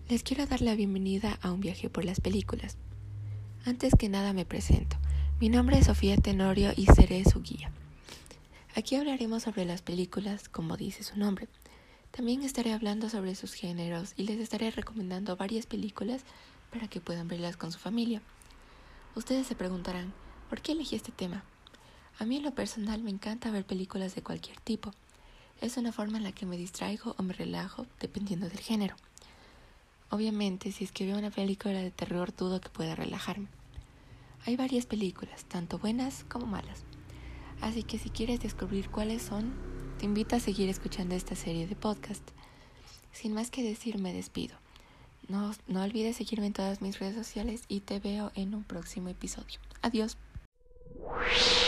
Les quiero dar la bienvenida a un viaje por las películas. Antes que nada me presento. Mi nombre es Sofía Tenorio y seré su guía. Aquí hablaremos sobre las películas, como dice su nombre. También estaré hablando sobre sus géneros y les estaré recomendando varias películas para que puedan verlas con su familia. Ustedes se preguntarán, ¿por qué elegí este tema? A mí en lo personal me encanta ver películas de cualquier tipo. Es una forma en la que me distraigo o me relajo dependiendo del género. Obviamente, si es que veo una película de terror, dudo que pueda relajarme. Hay varias películas, tanto buenas como malas. Así que si quieres descubrir cuáles son, te invito a seguir escuchando esta serie de podcast. Sin más que decir, me despido. No olvides seguirme en todas mis redes sociales y te veo en un próximo episodio. Adiós.